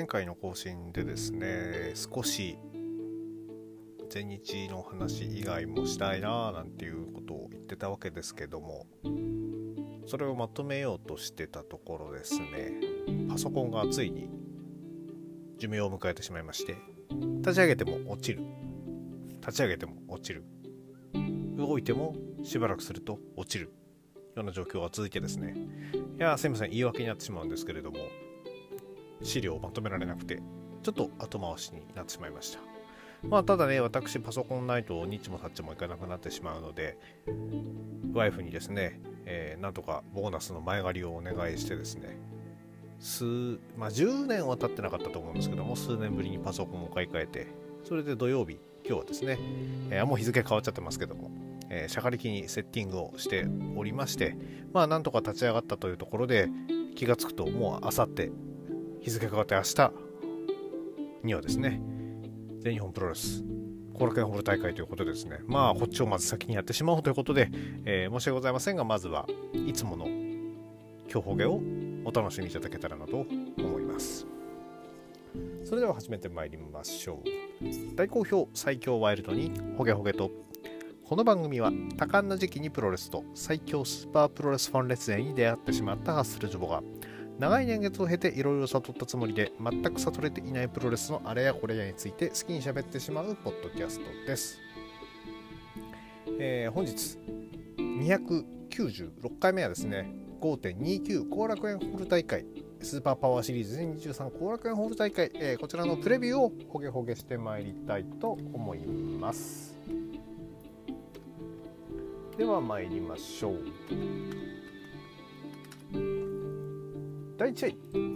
前回の更新でですね、少し全日の話以外もしたいななんていうことを言ってたわけですけども、それをまとめようとしてたところですね、パソコンがついに寿命を迎えてしまいまして、立ち上げても落ちる、立ち上げても落ちる、動いてもしばらくすると落ちるような状況が続いてですね、いやすいません、言い訳になってしまうんですけれども、資料をまとめられなくてちょっと後回しになってしまいました。ただね、私パソコンないとニッチもサッチもいかなくなってしまうので、ワイフにですね、なんとかボーナスの前借りをお願いしてですね、10年は経ってなかったと思うんですけども、数年ぶりにパソコンを買い替えて、それで土曜日、今日はですね、もう日付変わっちゃってますけども、しゃかりきにセッティングをしておりまして、なんとか立ち上がったというところで、気がつくともうあさって日付変わって明日にはですね、全日本プロレス後楽園ホール大会ということでですね、こっちをまず先にやってしまおうということで、申し訳ございませんが、まずはいつもの今日ほげをお楽しみいただけたらなと思います。それでは始めてまいりましょう。大好評最強ワイルドにほげほげと。この番組は多感な時期にプロレスと最強スーパープロレスファン列伝に出会ってしまったハッスルジョボが、長い年月を経ていろいろ悟ったつもりで全く悟れていないプロレスのあれやこれやについて好きに喋ってしまうポッドキャストです。本日296回目はですね、5.29 後楽園ホール大会スーパーパワーシリーズ2023後楽園ホール大会、こちらのプレビューをほげほげしてまいりたいと思います。では参りましょう。第1試合、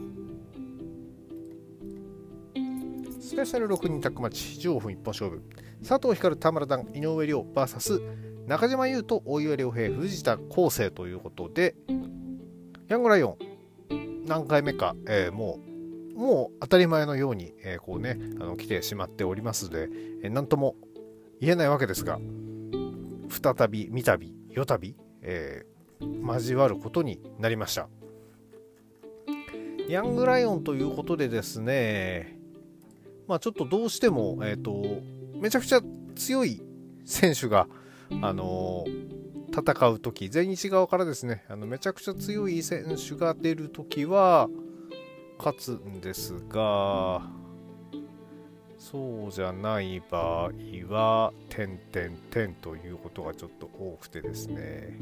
スペシャル6人タッグマッチ15分一本勝負、佐藤光、田村段、井上涼 VS 中島裕斗、大岩良平、藤田康生ということで、ヤングライオン何回目か、もう当たり前のように、来てしまっておりますので、何とも言えないわけですが、再び三度夜度、交わることになりました。ヤングライオンということでですね、ちょっとどうしても、めちゃくちゃ強い選手が、戦うとき、全日側からですね、めちゃくちゃ強い選手が出るときは勝つんですが、そうじゃない場合はということがちょっと多くてですね、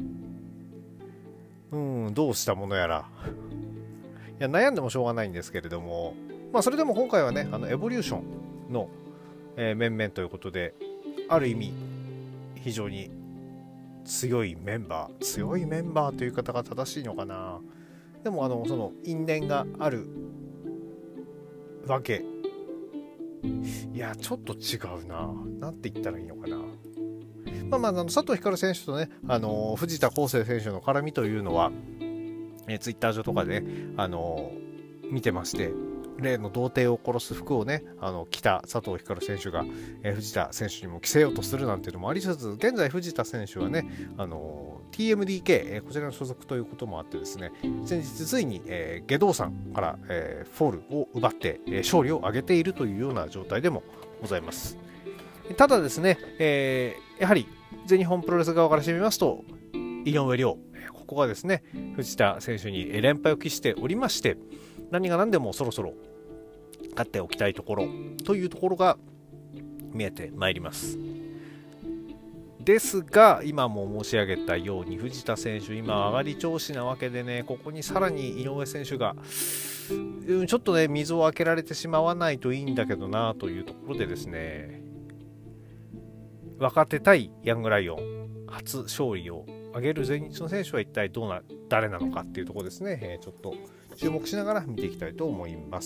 どうしたものやらいや悩んでもしょうがないんですけれども、それでも今回はね、エボリューションの、面々ということで、ある意味非常に強いメンバーという方が正しいのかな。でもその因縁があるわけ、いやちょっと違うな、なんて言ったらいいのかな。佐藤光選手とね、藤田康生選手の絡みというのは、ツイッター上とかで、見てまして、例の童貞を殺す服をね、着た佐藤光選手が、藤田選手にも着せようとするなんていうのもありつつ、現在藤田選手はね、TMDK、こちらの所属ということもあってですね、先日ついに、下道さんから、フォールを奪って、勝利を挙げているというような状態でもございます。ただですね、やはり全日本プロレス側からしてみますと、井上涼、ここがですね、藤田選手に連敗を喫しておりまして、何が何でもそろそろ勝っておきたいところというところが見えてまいります。ですが、今も申し上げたように藤田選手今上がり調子なわけでね、ここにさらに井上選手がちょっとね水を開けられてしまわないといいんだけどなというところでですね、若手対ヤングライオン初勝利を挙げる全日の選手は一体誰なのかっていうところですね、ちょっと注目しながら見ていきたいと思います。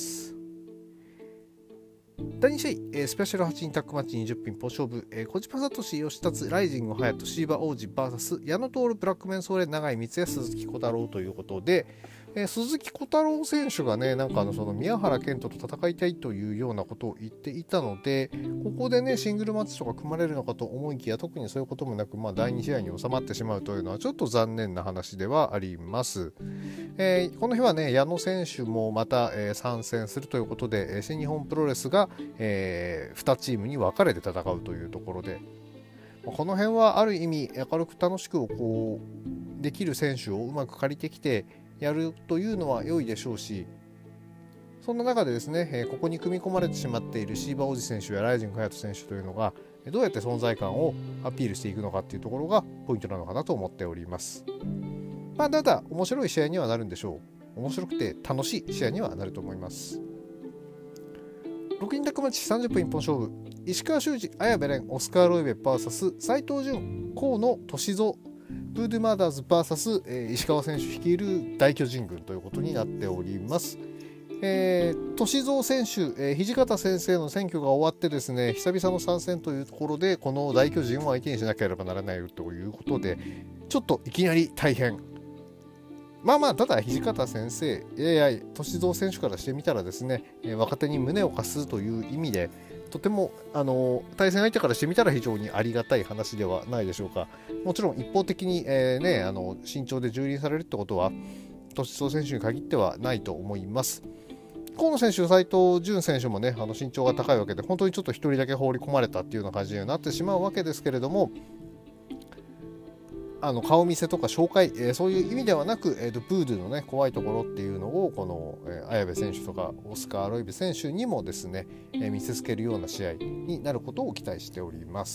第2試合、スペシャル8人タッグマッチ20分一本勝負、小島聡、吉達、ライジング、隼人、シーバ王子 VS 矢野徹、ブラックメンソーレ、永井光也、鈴木小太郎ということで、 鈴木小太郎選手がね、なんかその宮原健人と戦いたいというようなことを言っていたので、ここでねシングルマッチとか組まれるのかと思いきや、特にそういうこともなく、第2試合に収まってしまうというのはちょっと残念な話ではあります。この日はね矢野選手もまた、参戦するということで、新日本プロレスが、2チームに分かれて戦うというところで、この辺はある意味明るく楽しくこうできる選手をうまく借りてきてやるというのは良いでしょうし、そんな中でですね、ここに組み込まれてしまっているシーバーオジ選手やライジング隼人選手というのがどうやって存在感をアピールしていくのかっていうところがポイントなのかなと思っております。ただ面白い試合にはなるんでしょう。面白くて楽しい試合にはなると思います。6人タッグマッチ30分一本勝負、石川修司、綾部蓮、オスカー・ロイベ VS 斉藤潤、河野歳三、ブードゥマーダーズ VS、石川選手率いる大巨人軍ということになっております。歳三選手、土方先生の選挙が終わってですね、久々の参戦というところでこの大巨人を相手にしなければならないということで、ちょっといきなり大変。ただ土方先生、歳三選手からしてみたらですね、若手に胸を貸すという意味でとても対戦相手からしてみたら非常にありがたい話ではないでしょうか。もちろん一方的に、身長で蹂躙されるってことは歳三選手に限ってはないと思います。河野選手、斉藤潤選手もね身長が高いわけで、本当にちょっと1人だけ放り込まれたっていうような感じになってしまうわけですけれども、顔見せとか紹介、そういう意味ではなく、ブードゥのね怖いところっていうのをこの、綾部選手とかオスカー・ロイベ選手にもですね、見せつけるような試合になることを期待しております。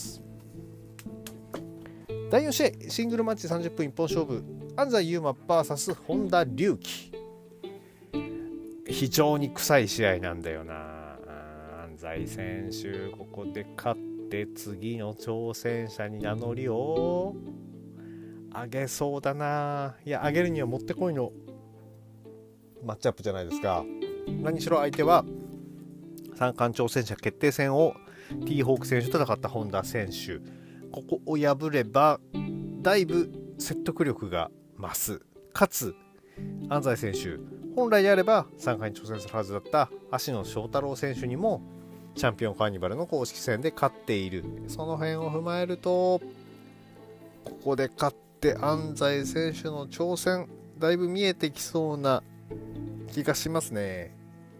第4試合シングルマッチ30分一本勝負、安西優真 VS 本田隆起。非常に臭い試合なんだよな。安西選手ここで勝って次の挑戦者に名乗りを上げそうだな。いや、上げるにはもってこいのマッチアップじゃないですか。何しろ相手は三冠挑戦者決定戦を T ホーク選手と戦った本田選手、ここを破ればだいぶ説得力が増す。かつ安西選手、本来であれば3回に挑戦するはずだった芦野翔太郎選手にもチャンピオンカーニバルの公式戦で勝っている。その辺を踏まえると、ここで勝って安西選手の挑戦だいぶ見えてきそうな気がしますね。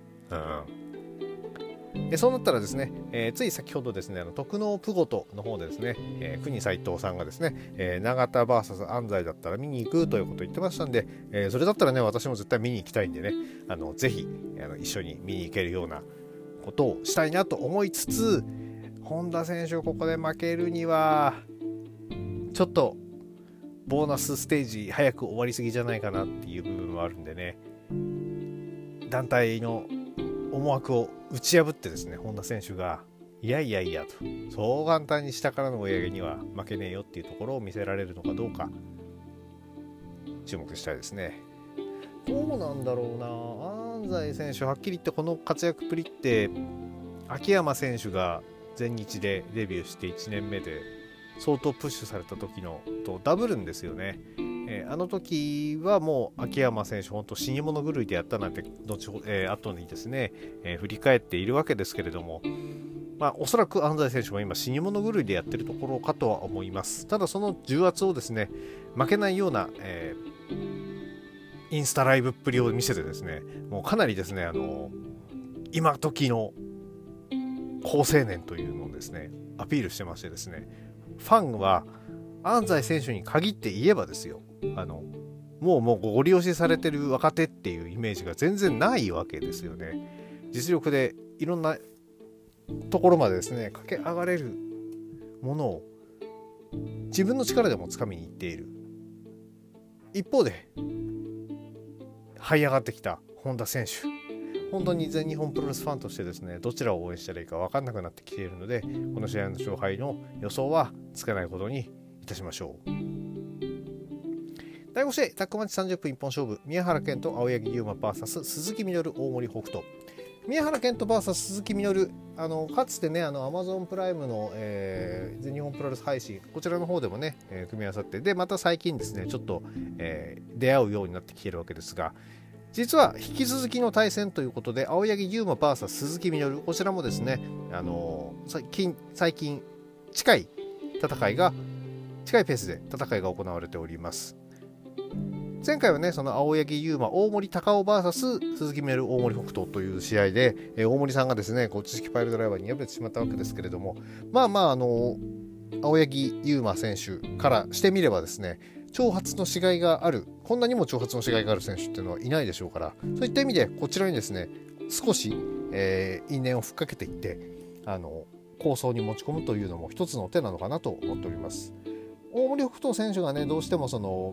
そうなったらですね、つい先ほどですね、特納プゴトの方でですね、国斉藤さんがですね、永田 VS 安西だったら見に行くということを言ってましたんで、それだったらね私も絶対見に行きたいんでね、ぜひ一緒に見に行けるようなことをしたいなと思いつつ、本田選手ここで負けるにはちょっとボーナスステージ早く終わりすぎじゃないかなっていう部分もあるんでね、団体の思惑を打ち破ってですね、本田選手がいやと、そう簡単に下からの追い上げには負けねえよっていうところを見せられるのかどうか注目したいですね。どうなんだろうな。安西選手はっきり言ってこの活躍っぷりって秋山選手が全日でデビューして1年目で相当プッシュされた時のとダブるんですよね。あの時はもう秋山選手本当死に物狂いでやったなんて後にですね、振り返っているわけですけれども、おそらく安西選手も今死に物狂いでやってるところかとは思います。ただその重圧をですね負けないような、インスタライブっぷりを見せてですね、もうかなりですね今時の好青年というのをですねアピールしてましてですね、ファンは安西選手に限って言えばですよ、もうご利用しされてる若手っていうイメージが全然ないわけですよね。実力でいろんなところまでですね駆け上がれるものを自分の力でもつかみにいっている一方で、這い上がってきた本田選手、本当に全日本プロレスファンとしてですねどちらを応援したらいいか分かんなくなってきているので、この試合の勝敗の予想はつけないことにいたしましょう。第5試合タッグマッチ30分一本勝負、宮原健人青柳優馬 VS 鈴木みのる大森北斗。宮原健人 VS 鈴木みのる、かつてねAmazon プライムの、全日本プロレス配信こちらの方でもね、組み合わさって、でまた最近ですねちょっと、出会うようになってきているわけですが、 実は引き続きの対戦ということで、青柳優馬 VS 鈴木みのる、こちらもですね、最近近いペースで戦いが行われております。前回はね、その青柳優馬大森隆夫 VS 鈴木みのる大森北斗という試合で、大森さんがですね、知識パイルドライバーに敗れてしまったわけですけれども、青柳優馬選手からしてみればですね、長髪のしがいがある、こんなにも長髪のしがいがある選手っていうのはいないでしょうから、そういった意味でこちらにですね、少し、因縁をふっかけていって構想に持ち込むというのも一つの手なのかなと思っております。大森北斗選手がね、どうしてもその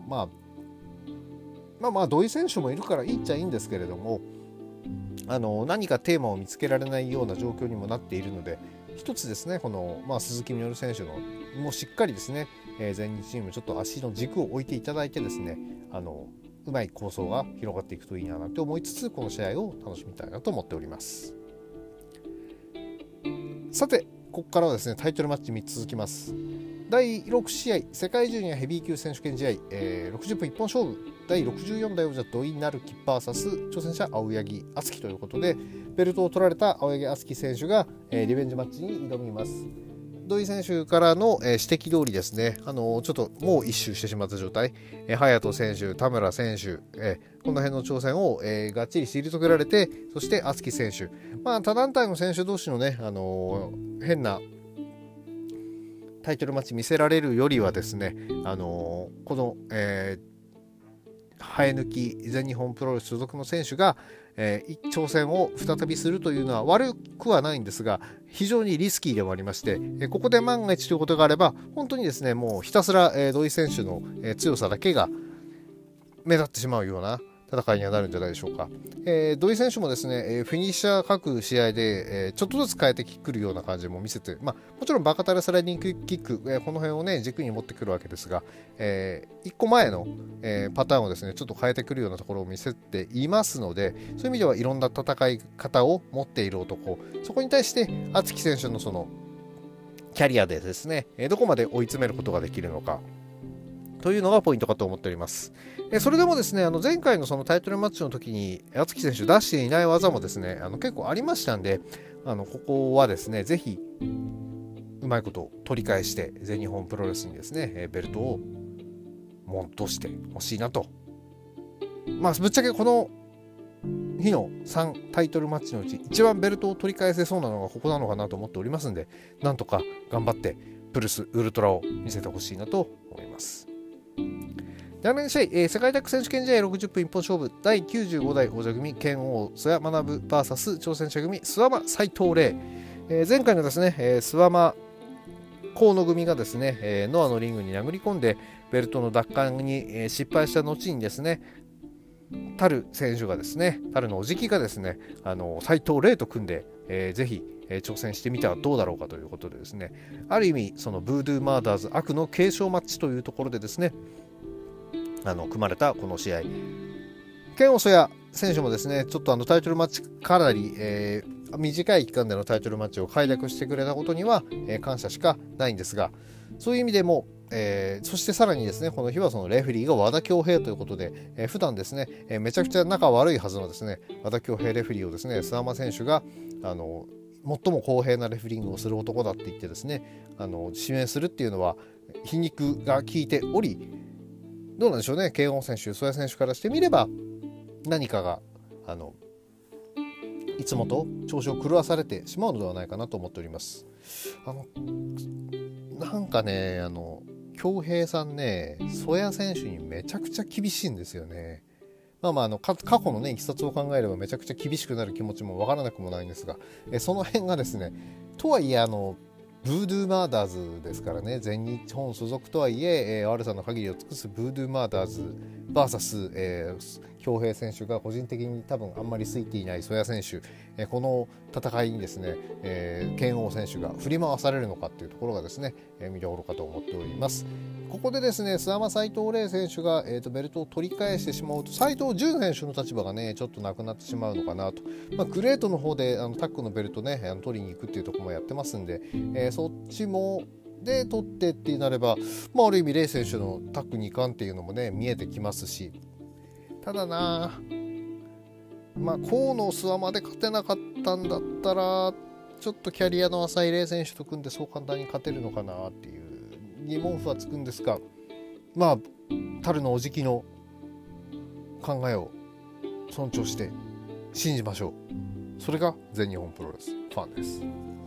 土井選手もいるからいいっちゃいいんですけれども、何かテーマを見つけられないような状況にもなっているので、一つですね、この、鈴木みのる選手のもうしっかりですね、全日チームちょっと足の軸を置いていただいてですね、うまい構想が広がっていくといいなと思いつつ、この試合を楽しみたいなと思っております。さて、ここからはですね、タイトルマッチ3つ続きます。第6試合、世界ジュニアヘビー級選手権試合、60分一本勝負、第64代王者土井成樹 VS 挑戦者青柳敦樹ということで、ベルトを取られた青柳敦樹選手が、リベンジマッチに挑みます。土井選手からの、指摘通りですね、ちょっともう一周してしまった状態、隼人選手、田村選手、この辺の挑戦を、がっちり退けられて、そして敦樹選手、他団体の選手同士のね、変なタイトルマッチ見せられるよりはですね、この、生え抜き全日本プロレス所属の選手が、挑戦を再びするというのは悪くはないんですが、非常にリスキーでもありまして、ここで万が一ということがあれば、本当にですね、もうひたすら、土井選手の、強さだけが目立ってしまうような戦いにはなるんじゃないでしょうか。土井選手もですね、フィニッシャー各試合で、ちょっとずつ変えてくるような感じも見せて、もちろんバカタレスライディングキック、この辺をね軸に持ってくるわけですが、1個前の、パターンをですねちょっと変えてくるようなところを見せていますので、そういう意味ではいろんな戦い方を持っている男、そこに対して敦樹選手のそのキャリアでですね、どこまで追い詰めることができるのかというのがポイントかと思っております。それでもですね、前回のそのタイトルマッチの時に敦樹選手出していない技もですね、結構ありましたんで、ここはですね、ぜひうまいこと取り返して全日本プロレスにですね、ベルトを戻してほしいなと。ぶっちゃけこの日の3タイトルマッチのうち一番ベルトを取り返せそうなのがここなのかなと思っておりますんで、なんとか頑張ってプルスウルトラを見せてほしいなと思います。7年試合、世界タッグ選手権試合60分一本勝負、第95代王者組剣王曽谷学 VS 挑戦者組諏訪間斉藤麗、前回のですね、諏訪間河野組がですね、ノアのリングに殴り込んでベルトの奪還に、失敗した後にですね、タル選手がですね、タルのおじきがですね、斉藤麗と組んで、ぜひ挑戦してみてはどうだろうかということでですね、ある意味そのブードゥーマーダーズ悪の継承マッチというところでですね、組まれたこの試合、剣王曽谷選手もですね、ちょっとタイトルマッチかなり、短い期間でのタイトルマッチを快諾してくれたことには、感謝しかないんですが、そういう意味でも、そしてさらにですね、この日はそのレフェリーが和田恭平ということで、普段ですね、めちゃくちゃ仲悪いはずのですね、和田恭平レフェリーをですね、諏訪間選手が最も公平なレフェリングをする男だって言ってですね、指名するっていうのは皮肉が効いており、どうなんでしょうね、慶応選手、曽谷選手からしてみれば何かがいつもと調子を狂わされてしまうのではないかなと思っております。なんかね、恭平さんね、曽谷選手にめちゃくちゃ厳しいんですよね。過去のね、いきさつを考えればめちゃくちゃ厳しくなる気持ちもわからなくもないんですが、その辺がですね、とはいえブードゥーマーダーズですからね、全日本所属とはいえ悪さの限りを尽くすブードゥーマーダーズ VS、恭平選手が個人的に多分あんまり好いていない曽谷選手、この戦いにですね、剣王選手が振り回されるのかっていうところがですね、見どころかと思っております。ここでですね、諏訪間斉藤麗選手が、ベルトを取り返してしまうと、斉藤潤選手の立場がねちょっとなくなってしまうのかなと。グレートの方でタッグのベルトね取りに行くっていうところもやってますんで、そっちもで取ってってなれば、ある意味レイ選手のタッグ2冠っていうのもね見えてきますし、ただなまあ河野諏訪まで勝てなかったんだったらちょっとキャリアの浅いレイ選手と組んでそう簡単に勝てるのかなっていう疑問符はつくんですが、まあ樽のおじきの考えを尊重して信じましょう。それが全日本プロレスファンです。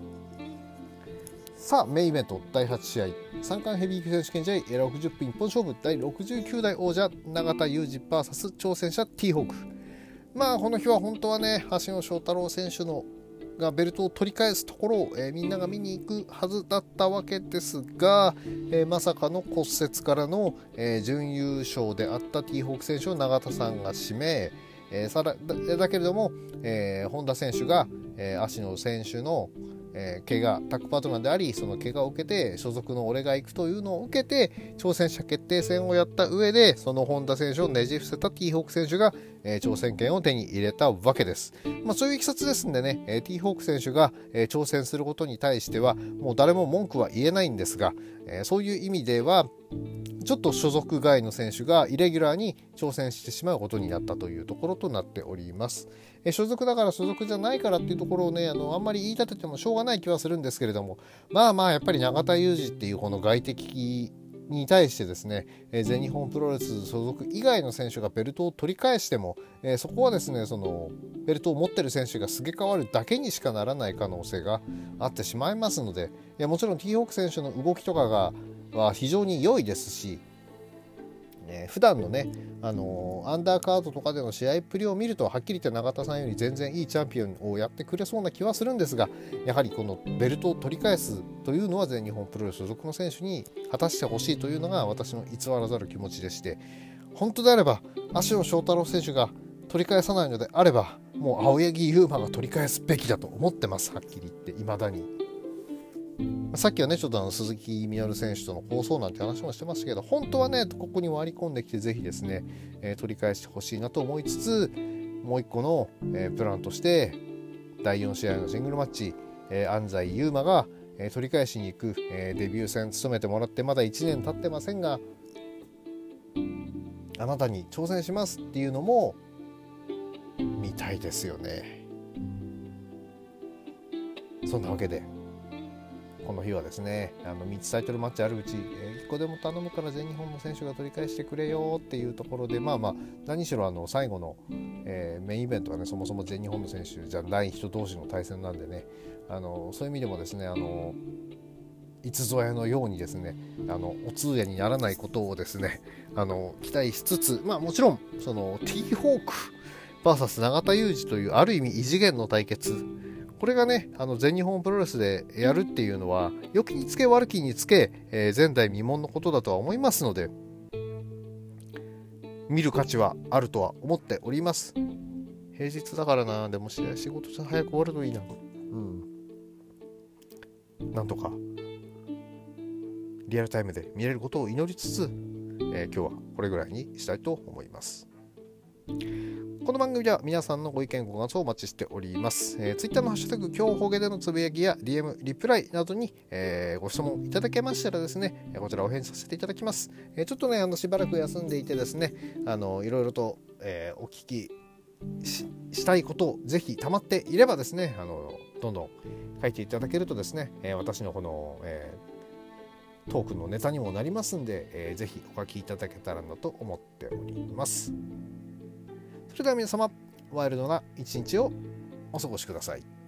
さあメインイベント第8試合三冠ヘビー級選手権試合60分一本勝負第69代王者永田裕二 VS 挑戦者 T ホーク。まあこの日は本当はね橋野翔太郎選手のがベルトを取り返すところを、みんなが見に行くはずだったわけですが、まさかの骨折からの、準優勝であった T ホーク選手を永田さんが指名、だけれども、本田選手が、芦野選手の怪我タッグパートナーでありその怪我を受けて所属の俺が行くというのを受けて挑戦者決定戦をやった上でその本田選手をねじ伏せた T ホーク選手が、挑戦権を手に入れたわけです。そういういきさつですんでね、T ホーク選手が、挑戦することに対してはもう誰も文句は言えないんですが、そういう意味ではちょっと所属外の選手がイレギュラーに挑戦してしまうことになったというところとなっております。所属だから所属じゃないからっていうところをねあんまり言い立ててもしょうがない気はするんですけれども、まあやっぱり永田裕二っていうこの外敵に対してですね、全日本プロレス所属以外の選手がベルトを取り返しても、そこはですねそのベルトを持ってる選手がすげ替わるだけにしかならない可能性があってしまいますので、もちろん T ホーク選手の動きとかは非常に良いですし、普段のね、アンダーカードとかでの試合っぷりを見るとはっきり言って永田さんより全然いいチャンピオンをやってくれそうな気はするんですが、やはりこのベルトを取り返すというのは全日本プロレス所属の選手に果たしてほしいというのが私の偽らざる気持ちでして、本当であれば芦野翔太郎選手が取り返さないのであればもう青柳優馬が取り返すべきだと思ってます。はっきり言って未だに。さっきはねちょっと鈴木みのる選手との構想なんて話もしてましたけど、本当はねここに割り込んできてぜひですね、取り返してほしいなと思いつつ、もう一個の、プランとして第4試合のシングルマッチ、安西優真が、取り返しに行く、デビュー戦務めてもらってまだ1年経ってませんがあなたに挑戦しますっていうのも見たいですよね。そんなわけでこの日はですね3つタイトルマッチあるうち、1個でも頼むから全日本の選手が取り返してくれよっていうところで、何しろ最後の、メインイベントはねそもそも全日本の選手じゃない人同士の対戦なんでね、そういう意味でもですねいつぞやのようにですねお通夜にならないことをですね期待しつつ、もちろんその T ホーク VS 永田裕二というある意味異次元の対決、これがね全日本プロレスでやるっていうのは良きにつけ悪きにつけ、前代未聞のことだとは思いますので見る価値はあるとは思っております。平日だからな、でも仕事じゃ早く終わるといいな。なんとかリアルタイムで見れることを祈りつつ、今日はこれぐらいにしたいと思います。この番組では皆さんのご意見ご感想をお待ちしております。Twitter のハッシュタグ今日ほげでのつぶやきや DM リプライなどに、ご質問いただけましたらですねこちらお返事させていただきます。ちょっとねしばらく休んでいてですねいろいろと、お聞きしたいことをぜひ溜まっていればですねどんどん書いていただけるとですね、私のこの、トークのネタにもなりますんで、ぜひお書きいただけたらなと思っております。それでは皆様ワイルドな一日をお過ごしください。